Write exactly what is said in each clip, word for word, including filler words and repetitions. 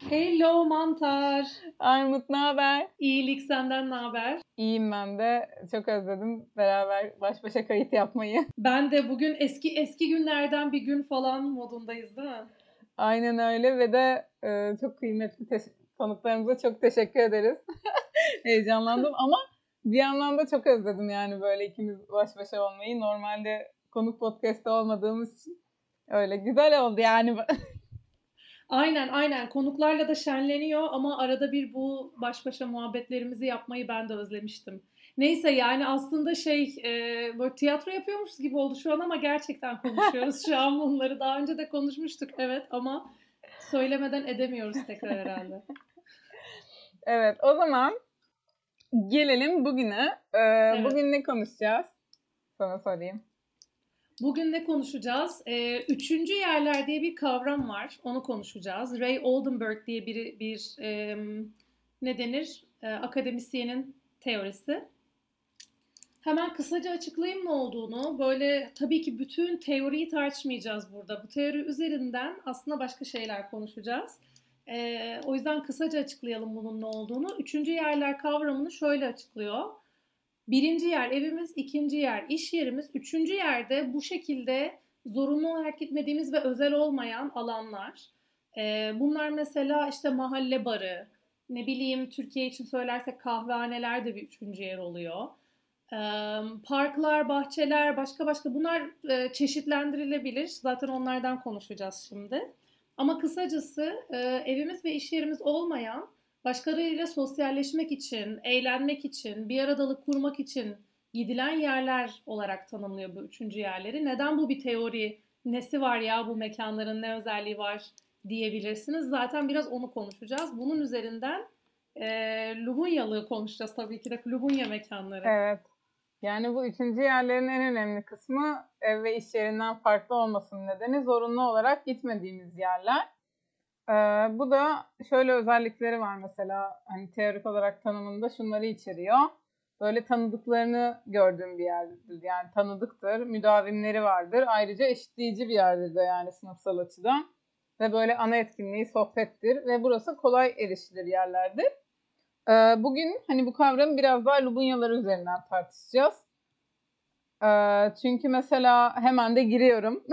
Hello mantar. Armut, ne haber? İyilik, senden ne haber? İyiyim ben de. Çok özledim beraber baş başa kayıt yapmayı. Ben de bugün eski eski günlerden bir gün falan modundayız değil mi? Aynen öyle ve de e, çok kıymetli te- konuklarımıza çok teşekkür ederiz. Heyecanlandım ama bir yandan da çok özledim yani böyle ikimiz baş başa olmayı. Normalde konuk podcast'te olmadığımız için öyle güzel oldu yani. Aynen aynen konuklarla da şenleniyor ama arada bir bu baş başa muhabbetlerimizi yapmayı ben de özlemiştim. Neyse yani aslında şey e, böyle tiyatro yapıyormuşuz gibi oldu şu an ama gerçekten konuşuyoruz şu an bunları. Daha önce de konuşmuştuk evet ama söylemeden edemiyoruz tekrar herhalde. Evet, o zaman gelelim bugüne. Ee, Evet. Bugün ne konuşacağız? Sana sorayım. Bugün ne konuşacağız? Ee, üçüncü yerler diye bir kavram var. Onu konuşacağız. Ray Oldenburg diye bir, bir e, ne denir? E, akademisyenin teorisi. Hemen kısaca açıklayayım ne olduğunu. Böyle tabii ki bütün teoriyi tartışmayacağız burada. Bu teori üzerinden aslında başka şeyler konuşacağız. Ee, o yüzden kısaca açıklayalım bunun ne olduğunu. Üçüncü yerler kavramını şöyle açıklıyor. Birinci yer evimiz, ikinci yer iş yerimiz, üçüncü yerde bu şekilde zorunlu olarak gitmediğimiz ve özel olmayan alanlar. Ee, bunlar mesela işte mahalle barı, ne bileyim Türkiye için söylersek kahvehaneler de bir üçüncü yer oluyor. Ee, parklar, bahçeler, başka başka bunlar e, çeşitlendirilebilir. Zaten onlardan konuşacağız şimdi. Ama kısacası e, evimiz ve iş yerimiz olmayan başkalarıyla sosyalleşmek için, eğlenmek için, bir aradalık kurmak için gidilen yerler olarak tanımlıyor bu üçüncü yerleri. Neden bu bir teori, nesi var ya bu mekanların ne özelliği var diyebilirsiniz. Zaten biraz onu konuşacağız. Bunun üzerinden e, Lubunyalığı konuşacağız tabii ki de Lubunya mekanları. Evet. Yani bu üçüncü yerlerin en önemli kısmı ev ve iş yerinden farklı olmasının nedeni zorunlu olarak gitmediğimiz yerler. Ee, bu da şöyle özellikleri var mesela hani teorik olarak tanımında şunları içeriyor. Böyle tanıdıklarını gördüğüm bir yerdir. Yani tanıdıktır, müdavimleri vardır. Ayrıca eşitleyici bir yerdir de yani sınıfsal açıdan. Ve böyle ana etkinliği sohbettir ve burası kolay erişilir yerlerdir. Ee, bugün hani bu kavramı biraz daha Lubunyalar üzerinden tartışacağız. Ee, çünkü mesela hemen de giriyorum.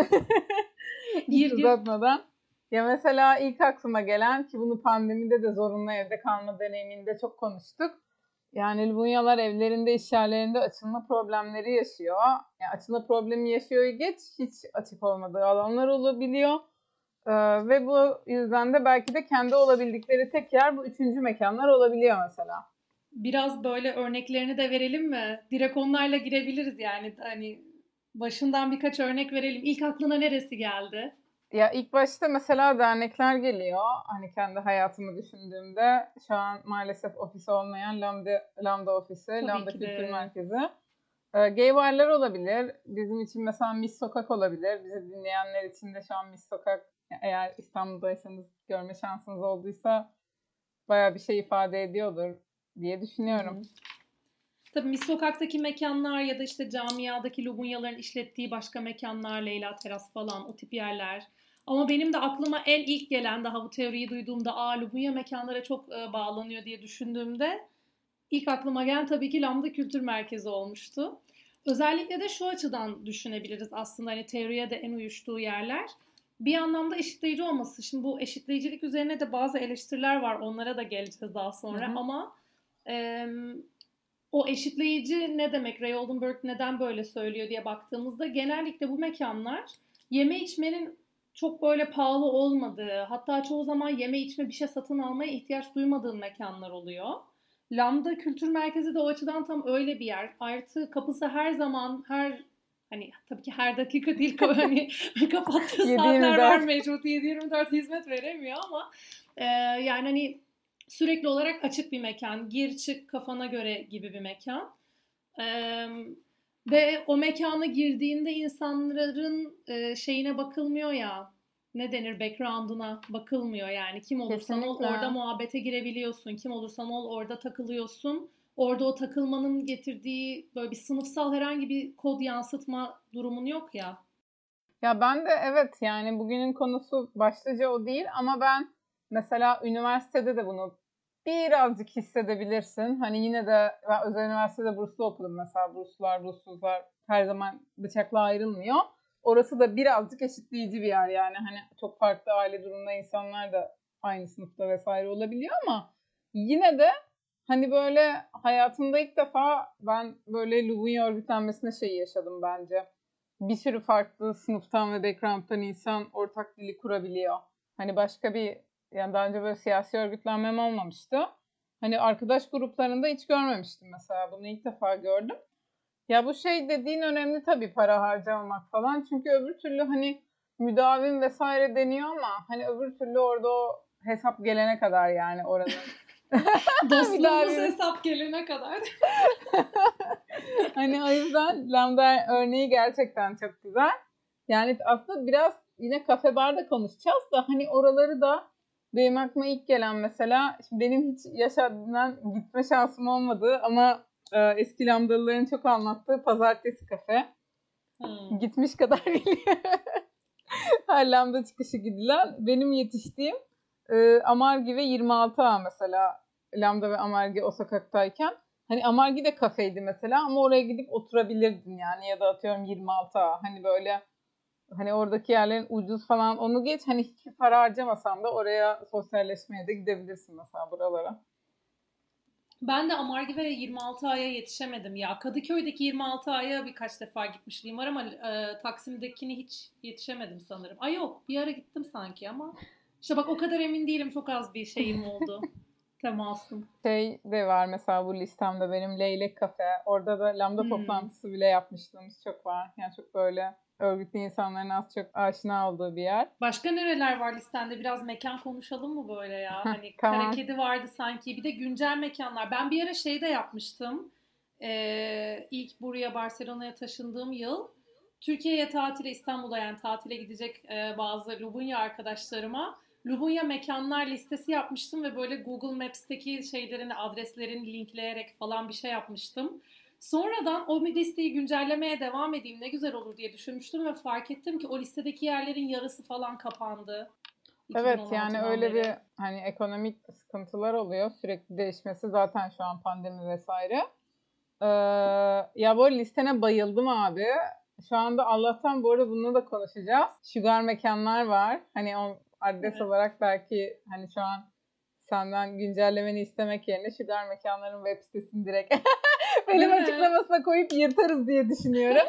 Hiç Gir gir. uzatmadan. Ya mesela ilk aklıma gelen ki bunu pandemide de zorunlu evde kalma deneyiminde çok konuştuk. Yani Lubunyalar evlerinde, iş yerlerinde açılma problemleri yaşıyor. Yani açılma problemi yaşıyor geç, hiç açık olmadığı alanlar olabiliyor. Ee, ve bu yüzden de belki de kendi olabildikleri tek yer bu üçüncü mekanlar olabiliyor mesela. Biraz böyle örneklerini de verelim mi? Direkt onlarla girebiliriz yani. Hani başından birkaç örnek verelim. İlk aklına neresi geldi? Ya ilk başta mesela dernekler geliyor. Hani kendi hayatımı düşündüğümde şu an maalesef ofisi olmayan Lambda, Lambda ofisi, Tabii Lambda ki Kültür de. Merkezi. Ee, gay barlar olabilir. Bizim için mesela Mis Sokak olabilir. Bizi dinleyenler için de şu an Mis Sokak eğer İstanbul'daysanız görme şansınız olduysa bayağı bir şey ifade ediyordur diye Hı düşünüyorum. hı. Tabii Mis Sokak'taki mekanlar ya da işte camiadaki Lubunyaların işlettiği başka mekanlar, Leyla Teras falan o tip yerler. Ama benim de aklıma en ilk gelen daha bu teoriyi duyduğumda aa Lubunya mekanlara çok e, bağlanıyor diye düşündüğümde ilk aklıma gelen tabii ki Lambda Kültür Merkezi olmuştu. Özellikle de şu açıdan düşünebiliriz aslında hani teoriye de en uyuştuğu yerler. Bir anlamda eşitleyici olması. Şimdi bu eşitleyicilik üzerine de bazı eleştiriler var. Onlara da geleceğiz daha Hı sonra. hı. Ama e, o eşitleyici ne demek? Ray Oldenburg neden böyle söylüyor diye baktığımızda genellikle bu mekanlar yeme içmenin çok böyle pahalı olmadığı, hatta çoğu zaman yeme içme bir şey satın almaya ihtiyaç duymadığın mekanlar oluyor. Lambda Kültür Merkezi de o açıdan tam öyle bir yer. Artı kapısı her zaman her hani tabii ki her dakika değil hani kapattığı saatler var yedi yirmi dört. mevcut yedi yirmi dört hizmet veremiyor ama e, yani hani sürekli olarak açık bir mekan. Gir çık kafana göre gibi bir mekan. Ee, ve o mekana girdiğinde insanların e, şeyine bakılmıyor ya. Ne denir? Background'una bakılmıyor yani. Kim olursan ol orada Kesinlikle. muhabbete girebiliyorsun. Kim olursan ol orada takılıyorsun. Orada o takılmanın getirdiği böyle bir sınıfsal herhangi bir kod yansıtma durumun yok ya. Ya ben de evet yani bugünün konusu başlıca o değil ama ben Mesela üniversitede de bunu birazcık hissedebilirsin. Hani yine de ben özel üniversitede burslu okudum mesela. Burslular, burssuzlar her zaman bıçakla ayrılmıyor. Orası da birazcık eşitleyici bir yer yani. Hani çok farklı aile durumunda insanlar da aynı sınıfta vesaire olabiliyor ama yine de hani böyle hayatımda ilk defa ben böyle Lubunya örgütlenmesine şey yaşadım bence. Bir sürü farklı sınıftan ve background'tan insan ortak dili kurabiliyor. Hani başka bir, yani daha önce böyle siyasi örgütlenmem olmamıştı. Hani arkadaş gruplarında hiç görmemiştim mesela. Bunu ilk defa gördüm. Ya bu şey dediğin önemli tabii, para harcamamak falan. Çünkü öbür türlü hani müdavim vesaire deniyor ama hani öbür türlü orada o hesap gelene kadar yani oranın. Dostluğumuz hesap gelene kadar. Hani o yüzden Lambda örneği gerçekten çok güzel. Yani aslında biraz yine kafe barda konuşacağız da hani oraları da benim aklıma ilk gelen mesela, şimdi benim hiç yaşadığımdan gitme şansım olmadı ama e, eski Lambdalıların çok anlattığı Pazartesi kafe. Hmm. Gitmiş kadar geliyor. Her Lambda çıkışı gidilen. Benim yetiştiğim e, Amargi ve yirmi altı A mesela, Lambda ve Amargi o sokaktayken. Hani Amargi de kafeydi mesela ama oraya gidip oturabilirdin yani, ya da atıyorum yirmi altı A. Hani böyle hani oradaki yerlerin ucuz falan, onu geç, hani hiçbir para harcamasan da oraya sosyalleşmeye de gidebilirsin mesela buralara. Ben de Amargi ve yirmi altı A'ya yetişemedim ya. Kadıköy'deki yirmi altı A'ya birkaç defa gitmişliğim var ama e, Taksim'dekini hiç yetişemedim sanırım. Ay yok, bir ara gittim sanki ama işte bak o kadar emin değilim, çok az bir şeyim oldu. Temasım. Şey de var mesela bu listemde benim, Leylek Kafe. Orada da Lambda hmm. toplantısı bile yapmışlığımız çok var. Yani çok böyle örgütlü insanların az çok aşina olduğu bir yer. Başka nereler var listende? Biraz mekan konuşalım mı böyle ya? Hani tamam. Kara Kedi vardı sanki. Bir de güncel mekanlar. Ben bir ara şey de yapmıştım. Ee, ilk buraya Barcelona'ya taşındığım yıl. Türkiye'ye tatile, İstanbul'a yani tatile gidecek e, bazı Lubunya arkadaşlarıma Lubunya mekanlar listesi yapmıştım ve böyle Google Maps'teki şeylerin, adreslerini linkleyerek falan bir şey yapmıştım. Sonradan o listeyi güncellemeye devam edeyim ne güzel olur diye düşünmüştüm ve fark ettim ki o listedeki yerlerin yarısı falan kapandı. Evet yani öyle beri. Bir hani ekonomik sıkıntılar oluyor. Sürekli değişmesi zaten şu an pandemi vesaire. Ee, ya bu listene bayıldım abi. Şu anda Allah'tan bu arada bununla da konuşacağız. Sugar mekanlar var. Hani o adres evet. olarak belki hani şu an senden güncellemeni istemek yerine Sugar mekanların web sitesini direkt benim açıklamasına koyup yırtarız diye düşünüyorum.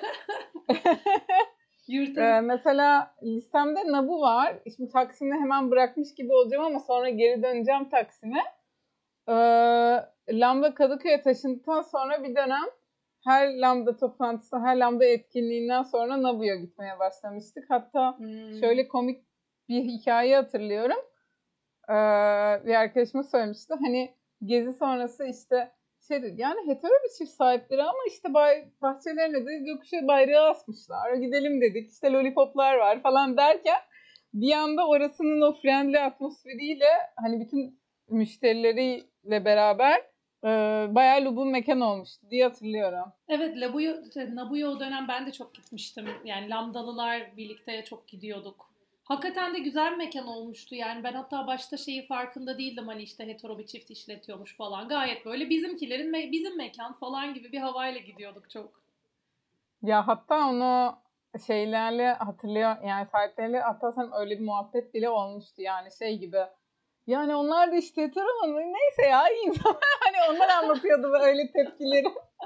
ee, mesela listemde Nabu var. Şimdi Taksim'de hemen bırakmış gibi olacağım ama sonra geri döneceğim Taksim'e. Ee, Lambda Kadıköy'e taşındıktan sonra bir dönem her Lambda toplantısı, her Lambda etkinliğinden sonra Nabu'ya gitmeye başlamıştık. Hatta hmm. şöyle komik bir hikaye hatırlıyorum. Ee, bir arkadaşıma söylemişti. Hani gezi sonrası işte şey dedi, yani hetero bir çift sahipleri ama işte bay, bahçelerine de gökkuşağı bayrağı asmışlar. Gidelim dedik. İşte lollipoplar var falan derken bir anda orasının o friendly atmosferiyle hani bütün müşterileriyle beraber e, bayağı Lub'un mekan olmuştu diye hatırlıyorum. Evet, Labu'ya, Nabu'ya o dönem ben de çok gitmiştim. Yani Lambdalılar birlikte çok gidiyorduk. Hakikaten de güzel bir mekan olmuştu yani. Ben hatta başta şeyi farkında değildim, hani işte hetero bir çift işletiyormuş falan. Gayet böyle bizimkilerin me- bizim mekan falan gibi bir havayla gidiyorduk çok. Ya hatta onu şeylerle hatırlıyor yani, sahipleriyle hatta sen öyle bir muhabbet bile olmuştu yani, şey gibi. Yani onlar da işte hetero ama neyse ya, iyi insanlar. Hani onlar anlatıyordu böyle tepkileri.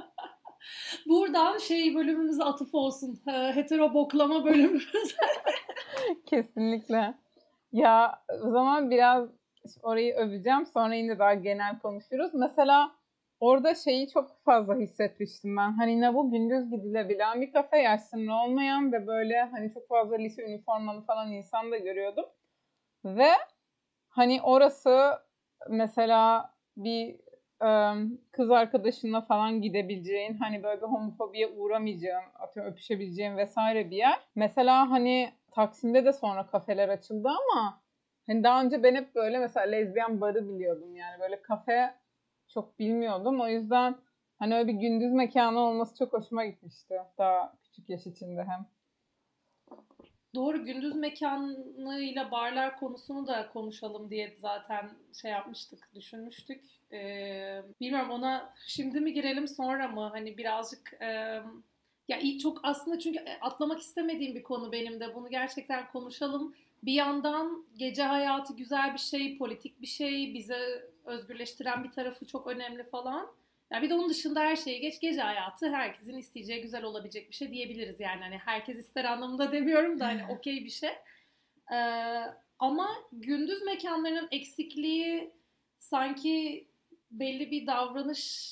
Buradan şey bölümümüze atıf olsun. Hetero boklama bölümümüz. Kesinlikle. Ya o zaman biraz orayı öveceğim. Sonra yine daha genel konuşuruz. Mesela orada şeyi çok fazla hissetmiştim ben. Hani ne bu gündüz gidilebilen bir kafe, yaş sınırı olmayan ve böyle hani çok fazla lise üniformalı falan insan da görüyordum. Ve hani orası mesela bir kız arkadaşınla falan gidebileceğin, hani böyle bir homofobiye uğramayacağın, atıyorum öpüşebileceğin vesaire bir yer. Mesela hani Taksim'de de sonra kafeler açıldı ama hani daha önce ben hep böyle mesela lezbiyen barı biliyordum yani, böyle kafe çok bilmiyordum. O yüzden hani öyle bir gündüz mekanı olması çok hoşuma gitmişti. Daha küçük yaş içinde hem. Doğru, gündüz mekanıyla barlar konusunu da konuşalım diye zaten şey yapmıştık, düşünmüştük. Ee, bilmiyorum, ona şimdi mi girelim sonra mı? Hani birazcık e, ya iyi- çok aslında, çünkü atlamak istemediğim bir konu benim de. Bunu gerçekten konuşalım. Bir yandan gece hayatı güzel bir şey, politik bir şey, bize özgürleştiren bir tarafı çok önemli falan. Ya bir de onun dışında her şeyi geç, gece hayatı herkesin isteyeceği, güzel olabilecek bir şey diyebiliriz. Yani hani herkes ister anlamında demiyorum da, hani okey bir şey. Ee, ama gündüz mekanlarının eksikliği sanki belli bir davranış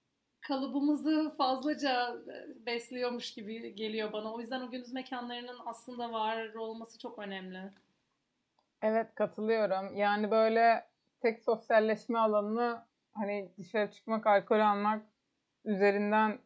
kalıbımızı fazlaca besliyormuş gibi geliyor bana. O yüzden o gündüz mekanlarının aslında var olması çok önemli. Evet, katılıyorum. Yani böyle tek sosyalleşme alanını hani dışarı çıkmak, alkol almak üzerinden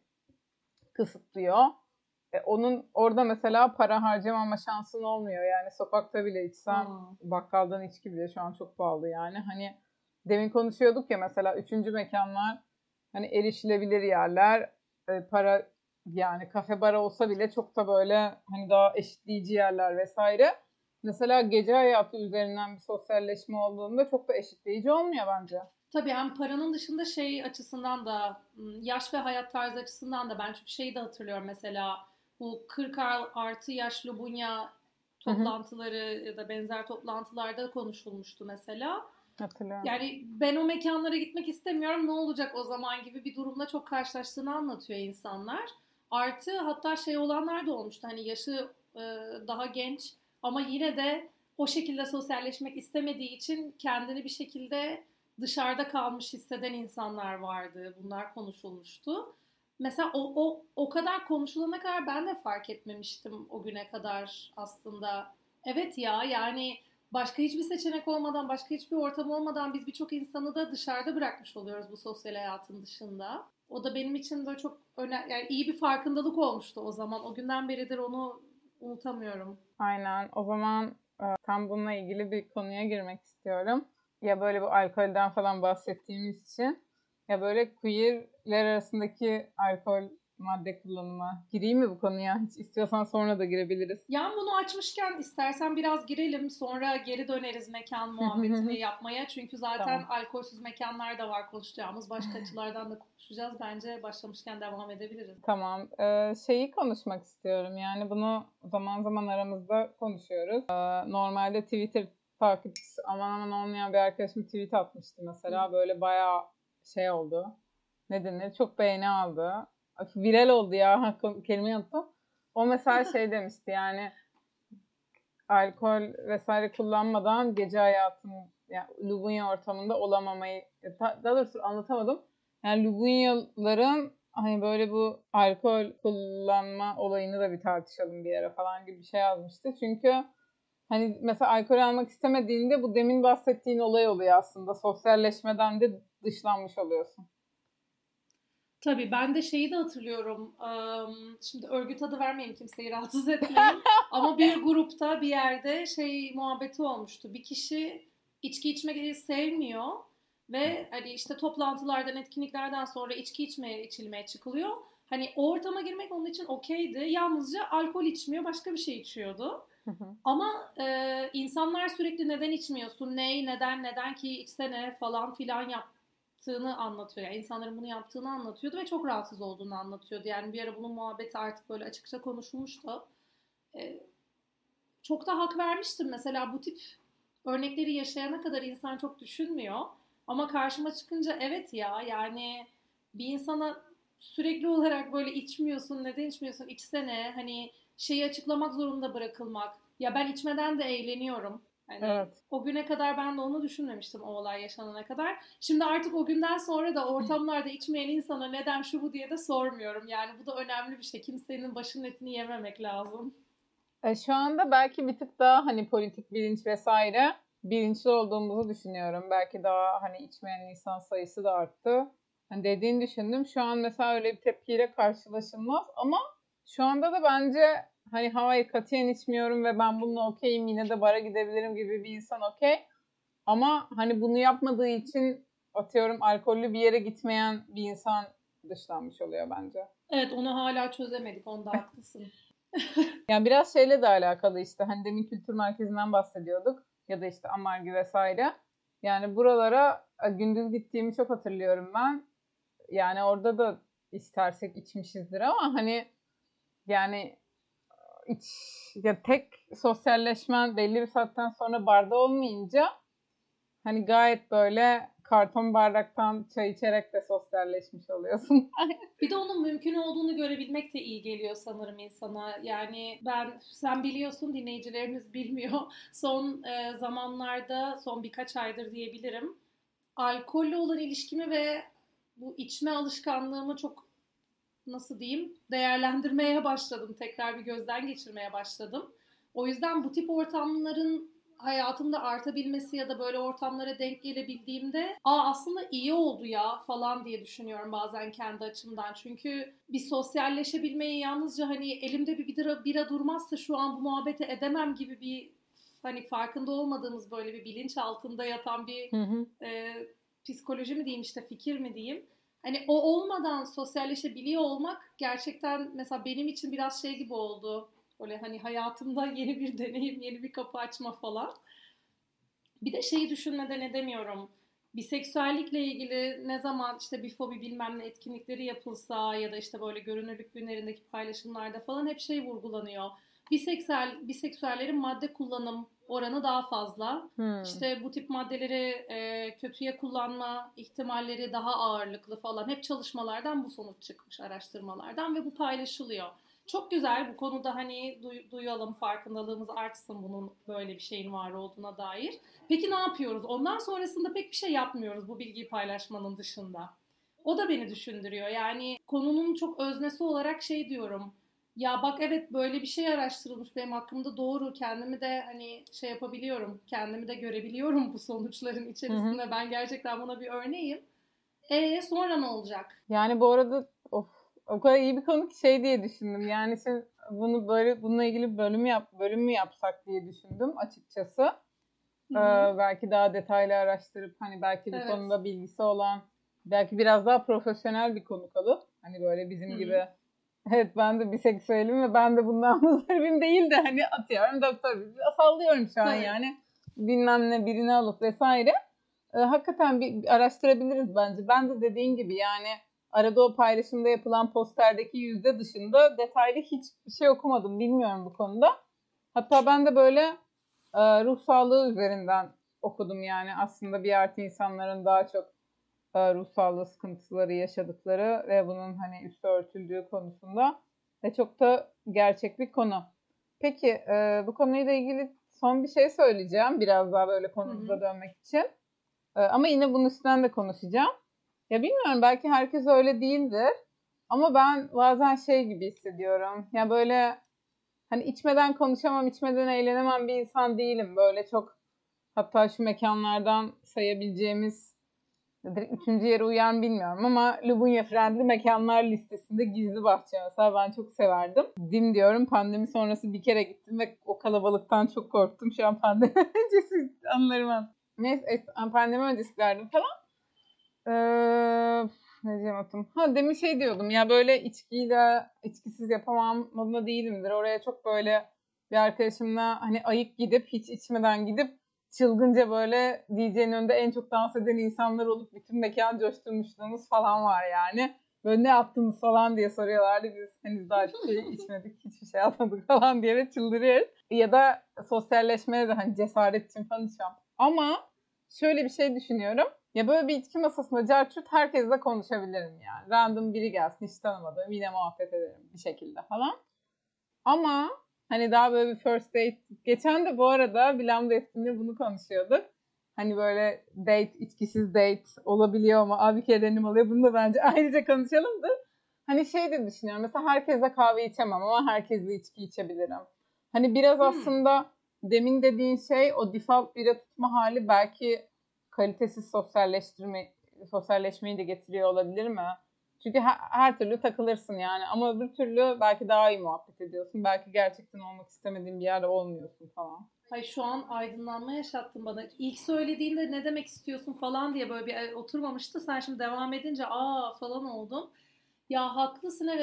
kısıtlıyor. E, onun orada mesela para harcamama şansın olmuyor. Yani sokakta bile içsem Hmm. bakkaldan içki bile şu an çok pahalı yani. Hani demin konuşuyorduk ya, mesela üçüncü mekanlar hani erişilebilir yerler. E, para yani kafe bara olsa bile çok da böyle hani daha eşitleyici yerler vesaire. Mesela gece hayatı üzerinden bir sosyalleşme olduğunda çok da eşitleyici olmuyor bence. Tabii, hem paranın dışında şey açısından da, yaş ve hayat tarzı açısından da, ben çünkü şeyi de hatırlıyorum mesela, bu kırk artı yaş Lubunya Hı hı, toplantıları ya da benzer toplantılarda konuşulmuştu mesela. hatırlıyorum. Yani ben o mekanlara gitmek istemiyorum, ne olacak o zaman gibi bir durumla çok karşılaştığını anlatıyor insanlar. Artı hatta şey olanlar da olmuştu, hani yaşı e, daha genç ama yine de o şekilde sosyalleşmek istemediği için kendini bir şekilde dışarıda kalmış hisseden insanlar vardı. Bunlar konuşulmuştu. Mesela o, o, o kadar konuşulana kadar ben de fark etmemiştim o güne kadar aslında. Evet ya, yani başka hiçbir seçenek olmadan, başka hiçbir ortam olmadan biz birçok insanı da dışarıda bırakmış oluyoruz bu sosyal hayatın dışında. O da benim için böyle çok önemli, yani iyi bir farkındalık olmuştu o zaman. O günden beridir onu unutamıyorum. Aynen. O zaman e, tam bununla ilgili bir konuya girmek istiyorum. Ya böyle bu alkolden falan bahsettiğimiz için, ya böyle queerler arasındaki alkol madde kullanımı. Gireyim mi bu konuya? Hiç istiyorsan sonra da girebiliriz. Yani bunu açmışken istersen biraz girelim, sonra geri döneriz mekan muhabbetini yapmaya. Çünkü zaten Tamam. alkolsüz mekanlar da var konuşacağımız. Başka açılardan da konuşacağız. Bence başlamışken devam edebiliriz. Tamam. Ee, şeyi konuşmak istiyorum. Yani bunu zaman zaman aramızda konuşuyoruz. Ee, normalde Twitter takipçisi aman aman olmayan bir arkadaşım tweet atmıştı mesela. Böyle bayağı şey oldu. Ne denir? Çok beğeni aldı. Viral oldu ya. Kelimeyi unuttum. O mesela şey demişti, yani alkol vesaire kullanmadan gece hayatının, yani Lubunya ortamında olamamayı, daha doğrusu anlatamadım. Yani Lubunyalıların hani böyle bu alkol kullanma olayını da bir tartışalım bir ara falan gibi bir şey yazmıştı. Çünkü hani mesela alkol almak istemediğinde bu demin bahsettiğin olay oluyor aslında. Sosyalleşmeden de dışlanmış oluyorsun. Tabii, ben de şeyi de hatırlıyorum. Am, Şimdi örgüt adı vermeyeyim, kimseyi rahatsız etmeyin. Ama bir grupta bir yerde şey muhabbeti olmuştu. Bir kişi içki içmeyi sevmiyor ve hani işte toplantılardan, etkinliklerden sonra içki içmeye, içilmeye çıkılıyor. Hani o ortama girmek onun için okeydi. Yalnızca alkol içmiyor, başka bir şey içiyordu. Ama e, insanlar sürekli neden içmiyorsun, ney, neden, neden ki içsene falan filan yaptığını anlatıyor. Yani insanların bunu yaptığını anlatıyordu ve çok rahatsız olduğunu anlatıyordu. Yani bir ara bunun muhabbeti artık böyle açıkça konuşulmuştu. E, Çok da hak vermiştim. Mesela bu tip örnekleri yaşayana kadar insan çok düşünmüyor. Ama karşıma çıkınca evet ya, yani bir insana sürekli olarak böyle içmiyorsun, neden içmiyorsun, içsene, hani şeyi açıklamak zorunda bırakılmak. Ya ben içmeden de eğleniyorum. Hani Evet. o güne kadar ben de onu düşünmemiştim, o olay yaşanana kadar. Şimdi artık o günden sonra da ortamlarda içmeyen insana neden şu bu diye de sormuyorum. Yani bu da önemli bir şey. Kimsenin başının etini yememek lazım. E, şu anda belki bir tık daha hani politik bilinç vesaire bilinçli olduğumuzu düşünüyorum. Belki daha hani içmeyen insan sayısı da arttı. Hani dediğini düşündüm. Şu an mesela öyle bir tepkiyle karşılaşılmaz ama şu anda da bence hani hayır katiyen içmiyorum ve ben bununla okeyim, yine de bara gidebilirim gibi bir insan okey. Ama hani bunu yapmadığı için atıyorum alkollü bir yere gitmeyen bir insan dışlanmış oluyor bence. Evet, onu hala çözemedik. Onda haklısın. Yani biraz şeyle de alakalı işte. Hani demin kültür merkezinden bahsediyorduk. Ya da işte Amargü vesaire. Yani buralara e, gündüz gittiğimi çok hatırlıyorum ben. Yani orada da istersek içmişizdir ama hani yani iç, ya tek sosyalleşmen belli bir saatten sonra barda olmayınca hani gayet böyle karton bardaktan çay içerek de sosyalleşmiş oluyorsun. Bir de onun mümkün olduğunu görebilmek de iyi geliyor sanırım insana. Yani ben, sen biliyorsun, dinleyicilerimiz bilmiyor. Son e, zamanlarda, son birkaç aydır diyebilirim, alkolle olan ilişkimi ve bu içme alışkanlığımı çok, nasıl diyeyim, değerlendirmeye başladım. Tekrar bir gözden geçirmeye başladım. O yüzden bu tip ortamların hayatımda artabilmesi ya da böyle ortamlara denk gelebildiğimde, aa, aslında iyi oldu ya falan diye düşünüyorum bazen kendi açımdan. Çünkü bir sosyalleşebilmeyi yalnızca hani elimde bir bira, bira durmazsa şu an bu muhabbeti edemem gibi bir, hani farkında olmadığımız böyle bir bilinç altında yatan bir Hı hı. e, psikoloji mi diyeyim, işte fikir mi diyeyim. Hani o olmadan sosyalleşebiliyor olmak gerçekten mesela benim için biraz şey gibi oldu. Böyle hani hayatımda yeni bir deneyim, yeni bir kapı açma falan. Bir de şeyi düşünmeden edemiyorum. Biseksüellikle ilgili ne zaman işte bir fobi bilmem ne etkinlikleri yapılsa ya da işte böyle görünürlük günlerindeki paylaşımlarda falan hep şey vurgulanıyor. Biseksüel, biseksüellerin madde kullanım oranı daha fazla. Hmm. İşte bu tip maddeleri e, kötüye kullanma ihtimalleri daha ağırlıklı falan. Hep çalışmalardan bu sonuç çıkmış, araştırmalardan, ve bu paylaşılıyor. Çok güzel, bu konuda hani duy- duyalım, farkındalığımız artsın bunun, böyle bir şeyin var olduğuna dair. Peki ne yapıyoruz? Ondan sonrasında pek bir şey yapmıyoruz bu bilgiyi paylaşmanın dışında. O da beni düşündürüyor. Yani konunun çok öznesi olarak şey diyorum. Ya bak, evet, böyle bir şey araştırılmış benim hakkımda, doğru. Kendimi de hani şey yapabiliyorum. Kendimi de görebiliyorum bu sonuçların Hı hı. içerisinde. Ben gerçekten buna bir örneğim. E sonra ne olacak? Yani bu arada of, o kadar iyi bir konu ki şey diye düşündüm. Yani sen bunu böyle bununla ilgili bir bölüm yap bölüm mü yapsak diye düşündüm açıkçası. Hı Ee, hı. belki daha detaylı araştırıp hani belki bu Evet. konuda bilgisi olan belki biraz daha profesyonel bir konuk alıp hani böyle Hı bizim hı. gibi evet ben de biseksüelim ve ben de bundan muzdaribim değil de hani atıyorum doktor sallıyorum şu an Tabii. yani bilmem ne birini alıp vesaire. Ee, hakikaten bir, bir araştırabiliriz bence. Ben de dediğin gibi yani arada o paylaşımda yapılan posterdeki yüzde dışında detaylı hiçbir şey okumadım. Bilmiyorum bu konuda. Hatta ben de böyle e, ruh sağlığı üzerinden okudum yani aslında bir artı insanların daha çok e, ruh sağlığı sıkıntıları yaşadıkları ve bunun hani üstü örtüldüğü konusunda ve çok da gerçek bir konu. Peki e, bu konuyla ilgili son bir şey söyleyeceğim biraz daha böyle Hı konumuza hı. dönmek için. E, ama yine bunun üstünden de konuşacağım. Ya bilmiyorum belki herkes öyle değildir ama ben bazen şey gibi hissediyorum. Ya böyle hani içmeden konuşamam, içmeden eğlenemem bir insan değilim. Böyle çok hatta şu mekanlardan sayabileceğimiz direkt üçüncü yere uyar mı bilmiyorum ama Lubunya Friendly mekanlar listesinde Gizli Bahçe mesela ben çok severdim. Dim diyorum pandemi sonrası bir kere gittim ve o kalabalıktan çok korktum. Şu an pandemi öncesi anılarım var. Neyse pandemi öncesi derdim falan. Ee, ne diyeceğim atım? Ha demin şey diyordum ya böyle içkiyle içkisiz yapamam modunda değilimdir. Oraya çok böyle bir arkadaşımla hani ayık gidip hiç içmeden gidip çılgınca böyle D J'nin önünde en çok dans eden insanlar olup bütün mekan coşturmuşluğumuz falan var yani. Böyle ne yaptınız falan diye soruyorlardı. Biz henüz daha hiçbir şey içmedik, hiçbir şey yapmadık falan diye de çıldırıyoruz. Ya da sosyalleşmeye de hani cesaret için falan içmem. Ama şöyle bir şey düşünüyorum. Ya böyle bir içki masasında carçurt herkesle konuşabilirim yani. Random biri gelsin hiç tanımadığım yine muhabbet ederim bir şekilde falan. Ama hani daha böyle bir first date. Geçen de bu arada bir lambda etkinliğinde bunu konuşuyorduk. Hani böyle date, içkisiz date olabiliyor mu? Abi bir kere denim oluyor. Bunu da bence ayrıca konuşalım da. Hani şey de düşünüyorum. Mesela herkesle kahve içemem ama herkesle içki içebilirim. Hani biraz Hmm. aslında demin dediğin şey o default bira tutma hali belki kalitesiz sosyalleştirme, sosyalleşmeyi de getiriyor olabilir mi? Çünkü her, her türlü takılırsın yani. Ama öbür türlü belki daha iyi muhabbet ediyorsun. Belki gerçekten olmak istemediğin bir yerde olmuyorsun falan. Ay, şu an aydınlanma yaşattın bana. İlk söylediğinde ne demek istiyorsun falan diye böyle bir oturmamıştı. Sen şimdi devam edince aa falan oldum. Ya haklısın, evet.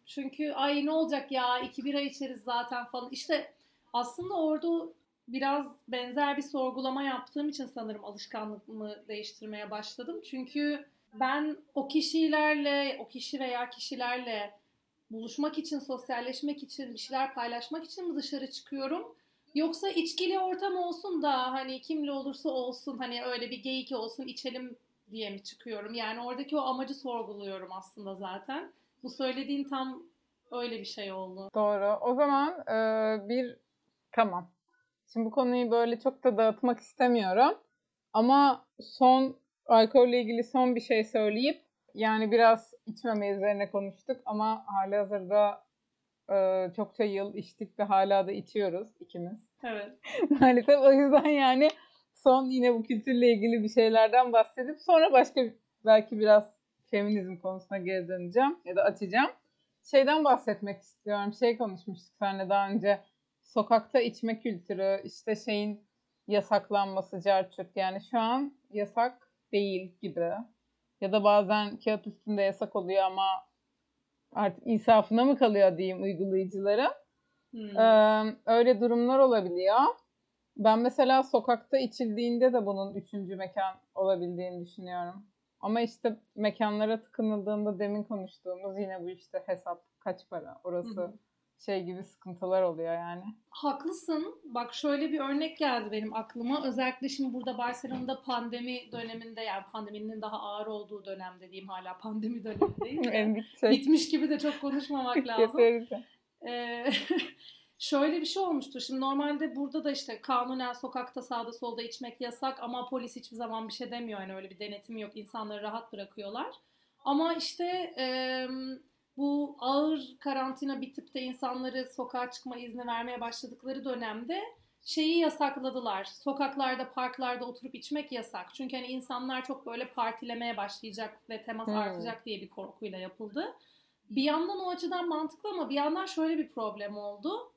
Çünkü ay ne olacak ya iki bira içeriz zaten falan. İşte aslında orada biraz benzer bir sorgulama yaptığım için sanırım alışkanlığımı değiştirmeye başladım. Çünkü ben o kişilerle, o kişi veya kişilerle buluşmak için, sosyalleşmek için, bir şeyler paylaşmak için mi dışarı çıkıyorum? Yoksa içkili ortam olsun da hani kimle olursa olsun hani öyle bir geyik olsun içelim diye mi çıkıyorum? Yani oradaki o amacı sorguluyorum aslında zaten. Bu söylediğin tam öyle bir şey oldu. Doğru. O zaman e, bir tamam. Şimdi bu konuyu böyle çok da dağıtmak istemiyorum. Ama son alkolle ilgili son bir şey söyleyip yani biraz içmeme üzerine konuştuk ama halihazırda e, çokça yıl içtik ve hala da içiyoruz ikimiz. Evet. Maalesef o yüzden yani son yine bu kültürle ilgili bir şeylerden bahsedip sonra başka belki biraz feminizm konusuna geri döneceğim ya da açacağım. Şeyden bahsetmek istiyorum. Şey konuşmuştuk seninle daha önce. Sokakta içme kültürü, işte şeyin yasaklanması, carçurt. Yani şu an yasak değil gibi. Ya da bazen kağıt üstünde yasak oluyor ama artık insafına mı kalıyor diyeyim uygulayıcılara. Hmm. Ee, öyle durumlar olabiliyor. Ben mesela sokakta içildiğinde de bunun üçüncü mekan olabildiğini düşünüyorum. Ama işte mekanlara tıkınıldığında demin konuştuğumuz yine bu işte hesap kaç para orası Hı hı. şey gibi sıkıntılar oluyor yani. Haklısın. Bak şöyle bir örnek geldi benim aklıma. Özellikle şimdi burada Barcelona'da pandemi döneminde yani pandeminin daha ağır olduğu dönemde diyeyim hala pandemi dönemindeyiz de. En büyük şey. Bitmiş gibi de çok konuşmamak lazım. Ee, şöyle bir şey olmuştu. Şimdi normalde burada da işte kanunen sokakta sağda solda içmek yasak ama polis hiçbir zaman bir şey demiyor. Yani öyle bir denetim yok. İnsanları rahat bırakıyorlar. Ama işte e, bu ağır karantina bitip de insanları sokağa çıkma izni vermeye başladıkları dönemde şeyi yasakladılar. Sokaklarda, parklarda oturup içmek yasak. Çünkü hani insanlar çok böyle partilemeye başlayacak ve temas Hmm. artacak diye bir korkuyla yapıldı. Bir yandan o açıdan mantıklı ama bir yandan şöyle bir problem oldu.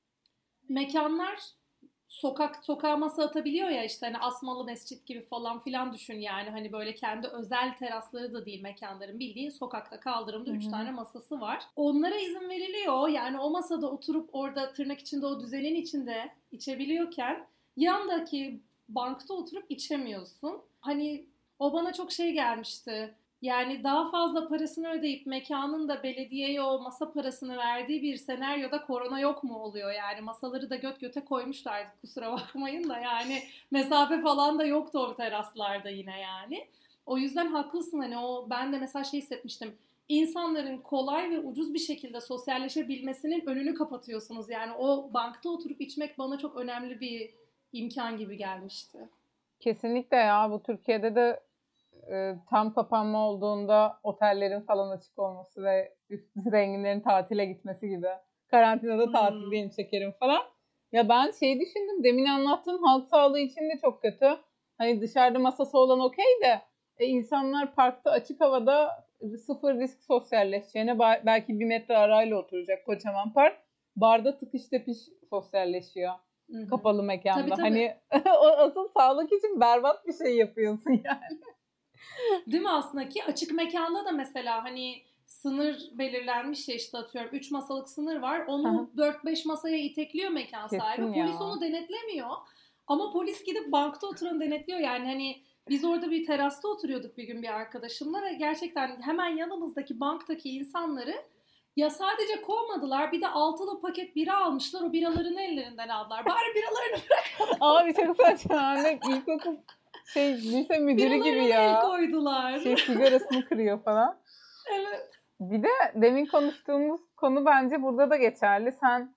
Mekanlar sokak sokağa masa atabiliyor ya işte hani Asmalı Mescit gibi falan filan düşün yani hani böyle kendi özel terasları da değil mekanların bildiğin sokakta kaldırımda üç tane masası var. Onlara izin veriliyor yani o masada oturup orada tırnak içinde o düzenin içinde içebiliyorken yandaki bankta oturup içemiyorsun. Hani o bana çok şey gelmişti. Yani daha fazla parasını ödeyip mekanın da belediyeye o masa parasını verdiği bir senaryoda korona yok mu oluyor? Yani masaları da göt göte koymuşlardı kusura bakmayın da yani mesafe falan da yoktu o teraslarda yine yani. O yüzden haklısın hani o ben de mesela şey hissetmiştim. İnsanların kolay ve ucuz bir şekilde sosyalleşebilmesinin önünü kapatıyorsunuz. Yani o bankta oturup içmek bana çok önemli bir imkan gibi gelmişti. Kesinlikle ya bu Türkiye'de de e, tam kapanma olduğunda otellerin falan açık olması ve zenginlerin tatile gitmesi gibi. Karantinada tatil benim şekerim falan. Ya ben şey düşündüm demin anlattığın halk sağlığı için de çok kötü. Hani dışarıda masası olan okey de e, insanlar parkta açık havada sıfır risk sosyalleşeceğine belki bir metre arayla oturacak kocaman park. Barda tıkış tepiş sosyalleşiyor. Hı hı. Kapalı mekanda. Tabii, tabii. Hani o asıl sağlık için berbat bir şey yapıyorsun yani. Değil mi aslında ki açık mekanda da mesela hani sınır belirlenmiş ya işte atıyorum üç masalık sınır var. Onu dört beş masaya itekliyor mekan sahibi. Polis onu denetlemiyor. Ama polis gidip bankta oturanı denetliyor. Yani hani biz orada bir terasta oturuyorduk bir gün bir arkadaşımla ve gerçekten hemen yanımızdaki banktaki insanları ya sadece kovmadılar bir de altılı paket bira almışlar. O biralarını ellerinden aldılar. Bari biralarını bırakalım. Abi çok saçma. Ne ilkokul şey lise müdürü gibi ya. El koydular. Şey sigarasını kırıyor falan. Evet. Bir de demin konuştuğumuz konu bence burada da geçerli. Sen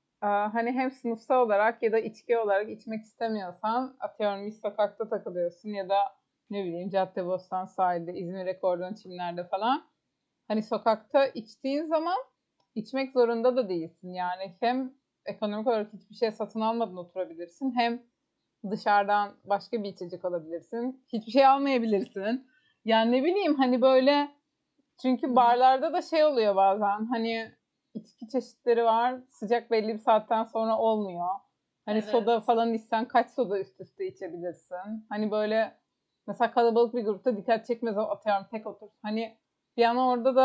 hani hem sınıfsal olarak ya da içki olarak içmek istemiyorsan atıyorum bir sokakta takılıyorsun ya da ne bileyim Caddebostan sahilde, İzmir'e kordon çimlerde falan. Hani sokakta içtiğin zaman içmek zorunda da değilsin. Yani hem ekonomik olarak hiçbir şey satın almadan oturabilirsin hem dışarıdan başka bir içecek alabilirsin. Hiçbir şey almayabilirsin. Yani ne bileyim hani böyle çünkü barlarda da şey oluyor bazen hani içki çeşitleri var. Sıcak belli bir saatten sonra olmuyor. Hani evet. Soda falan içsen kaç soda üst üste içebilirsin. Hani böyle mesela kalabalık bir grupta dikkat çekmez atıyorum tek otur. Hani bir an orada da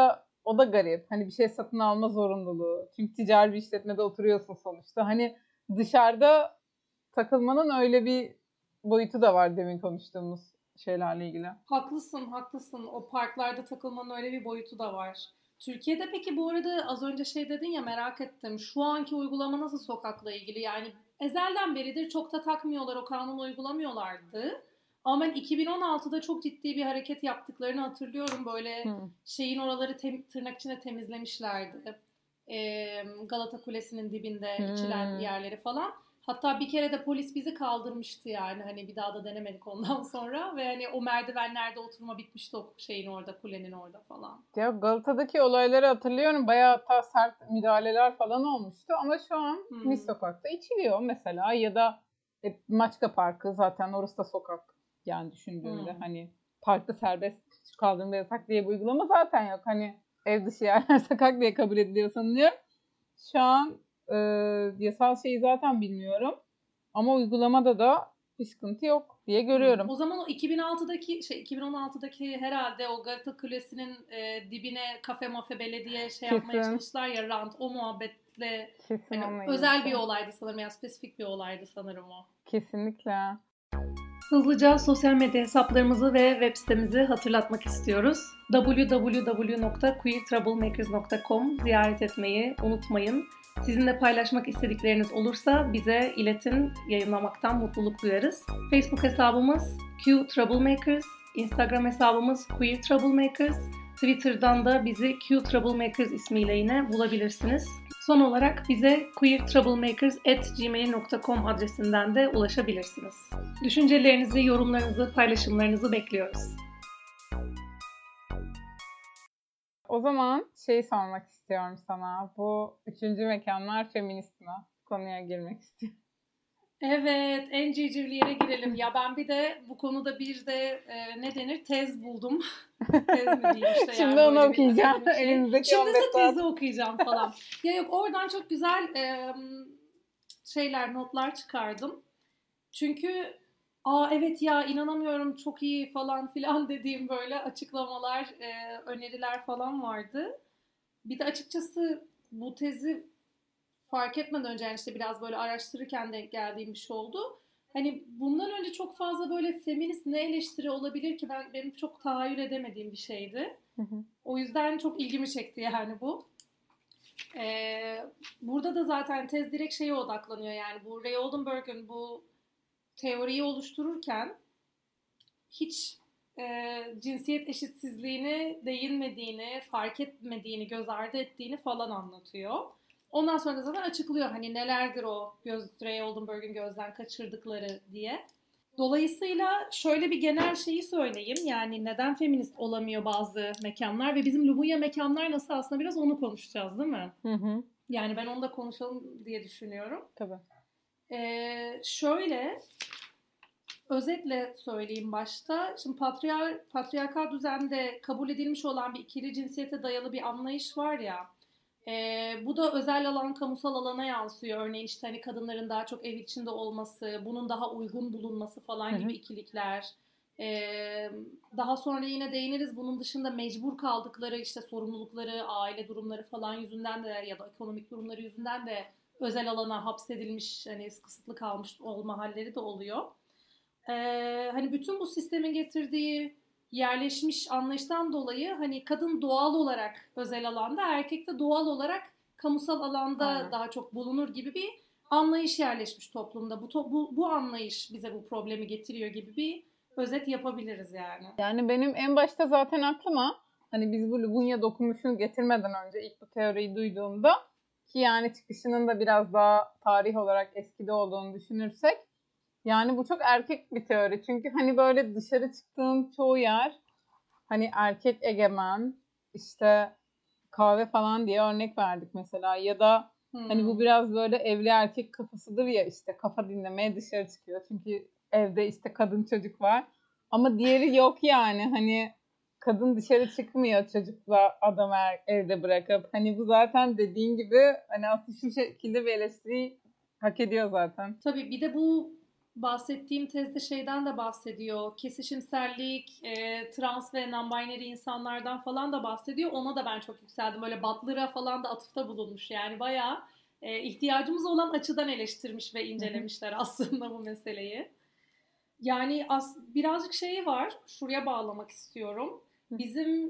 o da garip. Hani bir şey satın alma zorunluluğu. Çünkü ticari bir işletmede oturuyorsun sonuçta. Hani dışarıda takılmanın öyle bir boyutu da var demin konuştuğumuz şeylerle ilgili. Haklısın, haklısın. O parklarda takılmanın öyle bir boyutu da var. Türkiye'de peki bu arada az önce şey dedin ya, merak ettim. Şu anki uygulama nasıl sokakla ilgili? Yani ezelden beridir çok da takmıyorlar, o kanunu uygulamıyorlardı. Ama ben iki bin on altıda çok ciddi bir hareket yaptıklarını hatırlıyorum. Böyle Hmm. şeyin oraları tem- tırnak içinde temizlemişlerdi. Ee, Galata Kulesi'nin dibinde Hmm. içilen yerleri falan. Hatta bir kere de polis bizi kaldırmıştı yani. Hani bir daha da denemedik ondan sonra. Ve hani o merdivenlerde oturma bitmişti o şeyin orada, kulenin orada falan. Ya Galata'daki olayları hatırlıyorum. Bayağı hatta sert müdahaleler falan olmuştu. Ama şu an Hmm. Mis Sokak'ta içiliyor mesela. Ya da e, Maçka Parkı, zaten orası da sokak. Yani düşündüğünde Hmm. hani parkta serbest kaldığında yasak diye bir uygulama zaten yok. Hani ev dışı yerler sokak diye kabul ediliyor sanıyorum. Şu an e, yasal şeyi zaten bilmiyorum. Ama uygulamada da bir sıkıntı yok diye görüyorum. Hmm. O zaman o iki bin altıdaki şey iki bin on altıdaki herhalde o Galata Kulesi'nin e, dibine kafe mafe belediye şey yapmaya Kesin. çalıştılar ya, rant, o muhabbetle Kesin hani onunla özel ilgili. bir olaydı sanırım, yani spesifik bir olaydı sanırım o. Kesinlikle. Hızlıca sosyal medya hesaplarımızı ve web sitemizi hatırlatmak istiyoruz. double-u double-u double-u nokta queer troublemakers nokta com ziyaret etmeyi unutmayın. Sizinle paylaşmak istedikleriniz olursa bize iletin, yayınlamaktan mutluluk duyarız. Facebook hesabımız Q Troublemakers, Instagram hesabımız Queer Troublemakers, Twitter'dan da bizi Q Troublemakers ismiyle yine bulabilirsiniz. Son olarak bize queer troublemakers at gmail nokta com adresinden de ulaşabilirsiniz. Düşüncelerinizi, yorumlarınızı, paylaşımlarınızı bekliyoruz. O zaman şey sormak istiyorum sana. Bu üçüncü mekanlar feminist mi? Konuya girmek istiyorum. Evet, en civcivli yere girelim. Ya ben bir de bu konuda bir de e, ne denir, tez buldum. Tez mi diyeyim işte. Şimdi yani onu böyle okuyacağım. bir şey. Elimizdeki Şimdi on beş de saat. tezi okuyacağım falan. Ya yok, oradan çok güzel e, şeyler, notlar çıkardım. Çünkü aa evet ya, inanamıyorum, çok iyi falan filan dediğim böyle açıklamalar, e, öneriler falan vardı. Bir de açıkçası bu tezi fark etmeden önce, yani işte biraz böyle araştırırken denk geldiğim bir şey oldu. Hani bundan önce çok fazla böyle feminist ne eleştiri olabilir ki, ben benim çok tahayyül edemediğim bir şeydi. Hı hı. O yüzden çok ilgimi çekti yani bu. Ee, burada da zaten tez direkt şeye odaklanıyor, yani bu Ray Oldenburg'un bu teoriyi oluştururken hiç e, cinsiyet eşitsizliğine değinmediğini, fark etmediğini, göz ardı ettiğini falan anlatıyor. Ondan sonra da zaten açıklıyor hani nelerdir o göz, Ray Oldenburg'un gözden kaçırdıkları diye. Dolayısıyla şöyle bir genel şeyi söyleyeyim. Yani neden feminist olamıyor bazı mekanlar ve bizim Lubunya mekanlar nasıl, aslında biraz onu konuşacağız değil mi? Hı hı. Yani ben onu da konuşalım diye düşünüyorum. Tabii. Ee, şöyle özetle söyleyeyim başta. Şimdi patriar, patriarkal düzende kabul edilmiş olan bir ikili cinsiyete dayalı bir anlayış var ya. E, bu da özel alan kamusal alana yansıyor. Örneğin işte hani kadınların daha çok ev içinde olması, bunun daha uygun bulunması falan Hı hı. gibi ikilikler. E, daha sonra yine değiniriz. Bunun dışında mecbur kaldıkları işte sorumlulukları, aile durumları falan yüzünden de ya da ekonomik durumları yüzünden de özel alana hapsedilmiş, hani kısıtlı kalmış olma halleri de oluyor. Ee, hani bütün bu sistemin getirdiği yerleşmiş anlayıştan dolayı hani kadın doğal olarak özel alanda, erkek de doğal olarak kamusal alanda Aynen. daha çok bulunur gibi bir anlayış yerleşmiş toplumda. Bu, to- bu, bu anlayış bize bu problemi getiriyor gibi bir özet yapabiliriz yani. Yani benim en başta zaten aklıma, hani biz bu Lubunya dokunuşunu getirmeden önce ilk bu teoriyi duyduğumda, ki yani çıkışının da biraz daha tarih olarak eskide olduğunu düşünürsek, yani bu çok erkek bir teori. Çünkü hani böyle dışarı çıktığın çoğu yer hani erkek egemen, işte kahve falan diye örnek verdik mesela, ya da Hmm. hani bu biraz böyle evli erkek kafasıdır ya, işte kafa dinlemeye dışarı çıkıyor. Çünkü evde işte kadın çocuk var. Ama diğeri yok yani, hani kadın dışarı çıkmıyor çocukla adamı evde bırakıp. Hani bu zaten dediğin gibi hani aslında şu şekilde bir eleştiri hak ediyor zaten. Tabii bir de bu bahsettiğim tezde şeyden de bahsediyor. Kesişimsellik, e, trans ve non-binary insanlardan falan da bahsediyor. Ona da ben çok yükseldim. Böyle Butler'a falan da atıfta bulunmuş. Yani bayağı e, ihtiyacımız olan açıdan eleştirmiş ve incelemişler aslında bu meseleyi. Yani as birazcık şeyi var. Şuraya bağlamak istiyorum. Bizim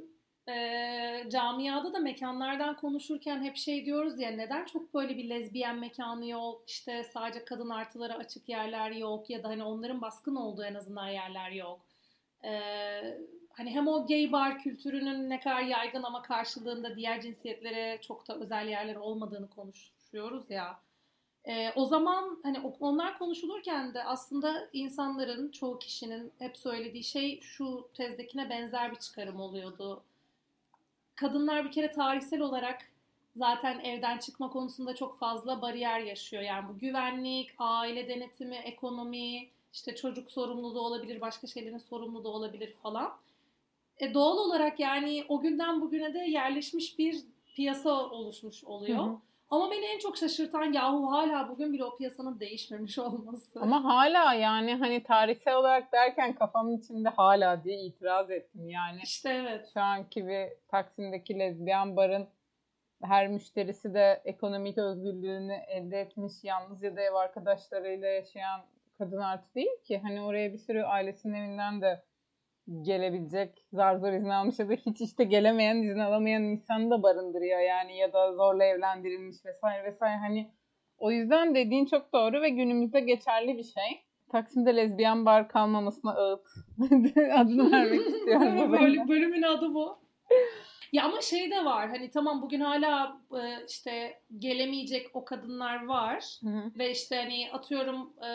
e, camiada da mekanlardan konuşurken hep şey diyoruz ya, neden çok böyle bir lezbiyen mekanı yok, işte sadece kadın artıları açık yerler yok ya da hani onların baskın olduğu en azından yerler yok. E, Hani hem o gay bar kültürünün ne kadar yaygın ama karşılığında diğer cinsiyetlere çok da özel yerler olmadığını konuşuyoruz ya. Ee, o zaman hani onlar konuşulurken de aslında insanların, çoğu kişinin hep söylediği şey şu tezdekine benzer bir çıkarım oluyordu. Kadınlar bir kere tarihsel olarak zaten evden çıkma konusunda çok fazla bariyer yaşıyor. Yani bu güvenlik, aile denetimi, ekonomi, işte çocuk sorumluluğu olabilir, başka şeylerin sorumluluğu olabilir falan. E, doğal olarak yani o günden bugüne de yerleşmiş bir piyasa oluşmuş oluyor. Hı hı. Ama beni en çok şaşırtan yahu hala bugün bile o piyasanın değişmemiş olması. Ama hala yani hani tarihsel olarak derken kafamın içinde hala diye itiraz ettim yani. İşte evet. Şu anki bir Taksim'deki lezbiyen barın her müşterisi de ekonomik özgürlüğünü elde etmiş, yalnız ya da ev arkadaşlarıyla yaşayan kadın artı değil ki. Hani oraya bir sürü ailesinin evinden de gelebilecek, zar zor izin almış ya da hiç işte gelemeyen, izin alamayan insanı da barındırıyor yani, ya da zorla evlendirilmiş vesaire vesaire. Hani o yüzden dediğin çok doğru ve günümüzde geçerli bir şey. Taksim'de lezbiyen bar kalmamasına ağıt adını vermek istiyorum. Böyle bölümün adı bu. Ya ama şey de var, hani tamam bugün hala işte gelemeyecek o kadınlar var. Hı hı. Ve işte hani atıyorum e,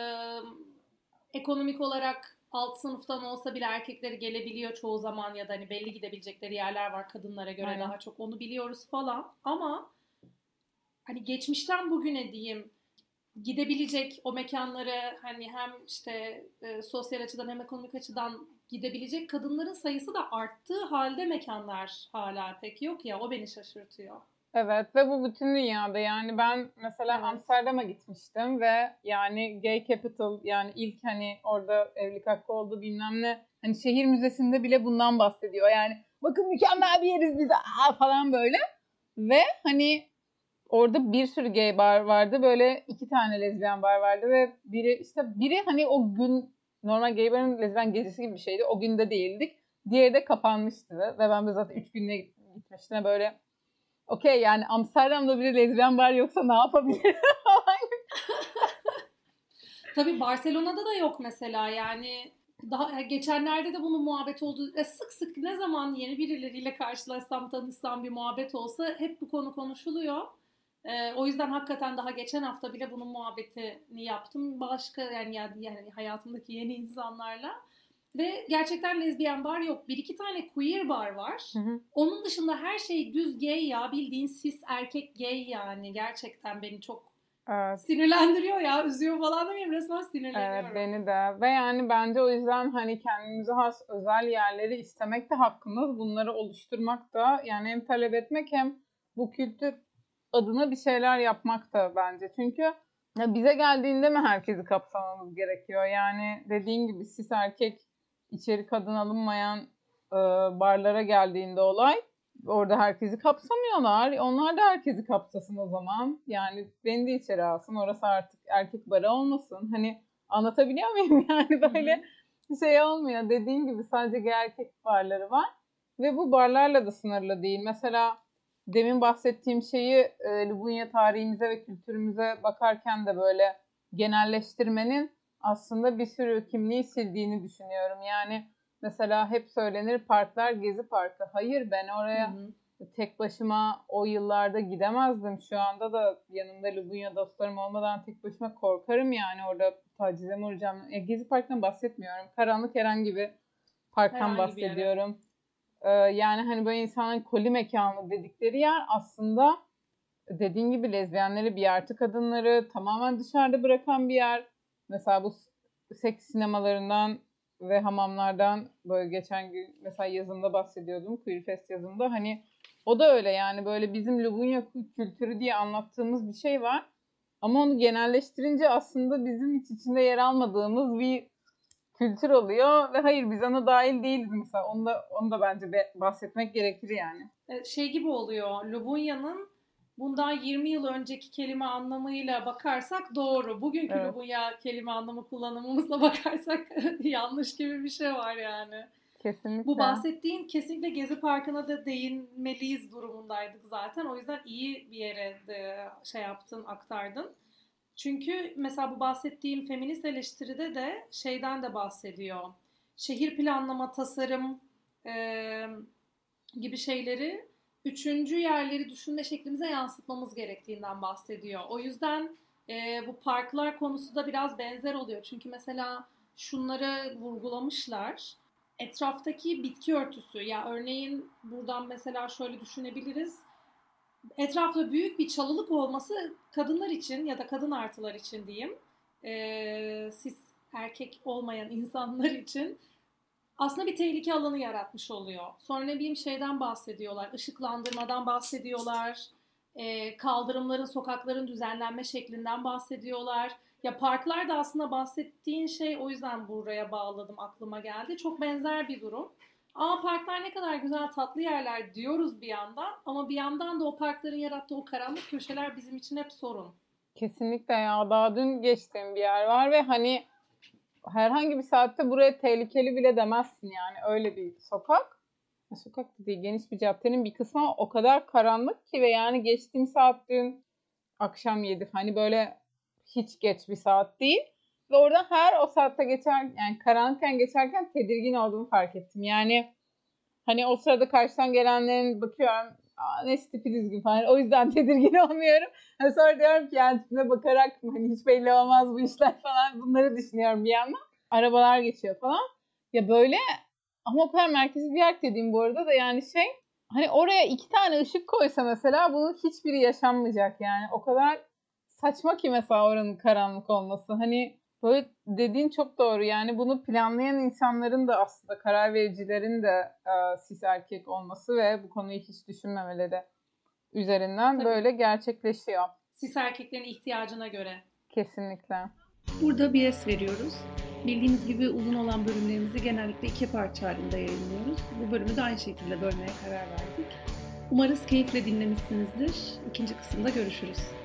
ekonomik olarak alt sınıftan olsa bile erkekleri gelebiliyor çoğu zaman ya da hani belli gidebilecekleri yerler var kadınlara göre. Aynen. Daha çok onu biliyoruz falan. Ama hani geçmişten bugüne diyeyim gidebilecek o mekanları, hani hem işte e, sosyal açıdan hem ekonomik açıdan gidebilecek kadınların sayısı da arttığı halde mekanlar hala pek yok ya, o beni şaşırtıyor. Evet ve bu bütün dünyada. Yani ben mesela evet. Amsterdam'a gitmiştim ve yani gay capital, yani ilk hani orada evlilik hakkı oldu bilmem ne, hani şehir müzesinde bile bundan bahsediyor. Yani bakın mükemmel bir yeriz biz aa falan böyle. Ve hani orada bir sürü gay bar vardı, böyle iki tane lezbiyen bar vardı ve biri işte biri hani o gün normal gay barın lezbiyen gecesi gibi bir şeydi, o günde değildik. Diğeri de kapanmıştı ve ben de zaten üç günde gitmiştim böyle. Okey yani Amsterdam'da bile lezbiyen bar yoksa ne yapabilirim? Tabii Barcelona'da da yok mesela, yani daha geçenlerde de bunun muhabbet oldu. E sık sık ne zaman yeni birileriyle karşılaşsam, tanışsam, bir muhabbet olsa hep bu konu konuşuluyor. E, o yüzden hakikaten daha geçen hafta bile bunun muhabbetini yaptım. Başka yani, yani hayatımdaki yeni insanlarla. Ve gerçekten lezbiyen bar yok. Bir iki tane queer bar var. Hı hı. Onun dışında her şey düz gay ya. Bildiğin cis erkek gay yani. Gerçekten beni çok evet. sinirlendiriyor ya. Üzüyor falan demeyeyim. Resmen sinirleniyorum. Evet, beni de. Ve yani bence o yüzden hani kendimize has özel yerleri istemek de hakkımız. Bunları oluşturmak da, yani hem talep etmek hem bu kültür adına bir şeyler yapmak da bence. Çünkü ya bize geldiğinde mi herkesi kapsamamız gerekiyor? Yani dediğin gibi cis erkek içeri kadın alınmayan e, barlara geldiğinde olay, orada herkesi kapsamıyorlar. Onlar da herkesi kapsasın o zaman. Yani beni de içeri alsın. Orası artık erkek barı olmasın. Hani anlatabiliyor muyum? Yani böyle bir şey olmuyor. Dediğin gibi sadece erkek barları var. Ve bu barlarla da sınırlı değil. Mesela demin bahsettiğim şeyi e, Lubunya tarihimize ve kültürümüze bakarken de böyle genelleştirmenin aslında bir sürü kimliği sildiğini düşünüyorum. Yani mesela hep söylenir parklar Gezi Parkı. Hayır, ben oraya hı hı. tek başıma o yıllarda gidemezdim. Şu anda da yanımda Lubunya dostlarım olmadan tek başıma korkarım yani, orada tacize mi uğrayacağım. E, Gezi Park'tan bahsetmiyorum. Karanlık herhangi bir parktan herhangi bahsediyorum. Bir ee, yani hani böyle insanların koli mekanı dedikleri yer aslında dediğin gibi lezbiyenleri, bir artı kadınları tamamen dışarıda bırakan bir yer. Mesela bu seks sinemalarından ve hamamlardan böyle geçen gün mesela yazımda bahsediyordum. Queer Fest yazımda. Hani o da öyle yani, böyle bizim Lubunya kültürü diye anlattığımız bir şey var. Ama onu genelleştirince aslında bizim hiç içinde yer almadığımız bir kültür oluyor ve hayır biz ona dahil değiliz mesela. Onu da, onu da bence bahsetmek gerekir yani. Şey gibi oluyor, Lubunya'nın bundan yirmi yıl önceki kelime anlamıyla bakarsak doğru. Bugünkü evet. Lubunya kelime anlamı kullanımımızla bakarsak yanlış gibi bir şey var yani. Kesinlikle. Bu bahsettiğin kesinlikle Gezi Parkı'na da değinmeliyiz durumundaydık zaten. O yüzden iyi bir yere de şey yaptın, aktardın. Çünkü mesela bu bahsettiğim feminist eleştiride de şeyden de bahsediyor. Şehir planlama, tasarım e, gibi şeyleri üçüncü yerleri düşünme şeklimize yansıtmamız gerektiğinden bahsediyor. O yüzden e, bu parklar konusu da biraz benzer oluyor. Çünkü mesela şunları vurgulamışlar. Etraftaki bitki örtüsü, ya örneğin buradan mesela şöyle düşünebiliriz. Etrafta büyük bir çalılık olması kadınlar için ya da kadın artılar için diyeyim, e, siz erkek olmayan insanlar için aslında bir tehlike alanı yaratmış oluyor. Sonra ne bileyim şeyden bahsediyorlar, ışıklandırmadan bahsediyorlar, e, kaldırımların, sokakların düzenlenme şeklinden bahsediyorlar. Ya parklar da aslında bahsettiğin şey, o yüzden buraya bağladım, aklıma geldi. Çok benzer bir durum. Aa parklar ne kadar güzel, tatlı yerler diyoruz bir yandan ama bir yandan da o parkların yarattığı o karanlık köşeler bizim için hep sorun. Kesinlikle ya. Daha dün geçtiğim bir yer var ve hani herhangi bir saatte buraya tehlikeli bile demezsin yani. Öyle bir sokak. Sokak da değil, geniş bir caddenin bir kısmı o kadar karanlık ki ve yani geçtiğim saat dün akşam yedi. Hani böyle hiç geç bir saat değil. Ve oradan her o saatte geçer, yani karanlıkken geçerken tedirgin olduğumu fark ettim. Yani hani o sırada karşıdan gelenlerin bakıyorum, aa ne tipi düzgün falan. O yüzden tedirgin olmuyorum. Yani sonra diyorum ki yani tipine bakarak mı, hani hiç belli olmaz bu işler falan, bunları düşünüyorum bir yandan. Arabalar geçiyor falan. Ya böyle ama o kadar merkezi bir yer dediğim bu arada da yani şey, hani oraya iki tane ışık koysa mesela bunun hiçbiri yaşanmayacak yani. O kadar saçma ki mesela oranın karanlık olması. Hani böyle dediğin çok doğru. Yani bunu planlayan insanların da aslında karar vericilerin de e, cis erkek olması ve bu konuyu hiç düşünmemeleri üzerinden Tabii. böyle gerçekleşiyor. Cis erkeklerin ihtiyacına göre. Kesinlikle. Burada B S veriyoruz. Bildiğiniz gibi uzun olan bölümlerimizi genellikle iki parça halinde yayınlıyoruz. Bu bölümü de aynı şekilde bölmeye karar verdik. Umarız keyifle dinlemişsinizdir. İkinci kısımda görüşürüz.